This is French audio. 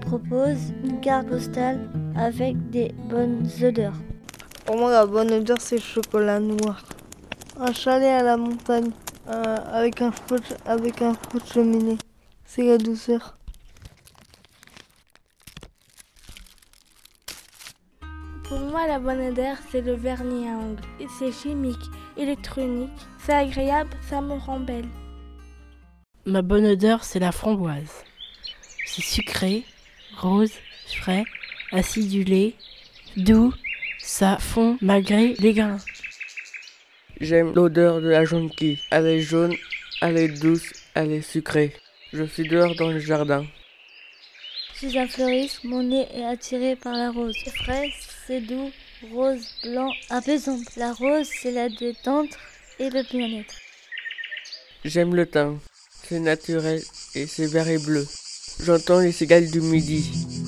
propose une carte postale avec des bonnes odeurs. Pour moi, la bonne odeur, c'est le chocolat noir. Un chalet à la montagne, avec un feu de cheminée. C'est la douceur. Pour moi, la bonne odeur, c'est le vernis à ongles. C'est chimique, électronique, c'est agréable, ça me rend belle. Ma bonne odeur, c'est la framboise. C'est sucré, rose, frais, acidulé, doux, ça fond malgré les grains. J'aime l'odeur de la jonquille. Elle est jaune, elle est douce, elle est sucrée. Je suis dehors dans le jardin. Je suis un fleuriste, mon nez est attiré par la rose. C'est frais, c'est doux, rose, blanc, apaisant. La rose, c'est la détente et le bien-être. J'aime le thym. C'est naturel et c'est vert et bleu. J'entends les cigales du midi.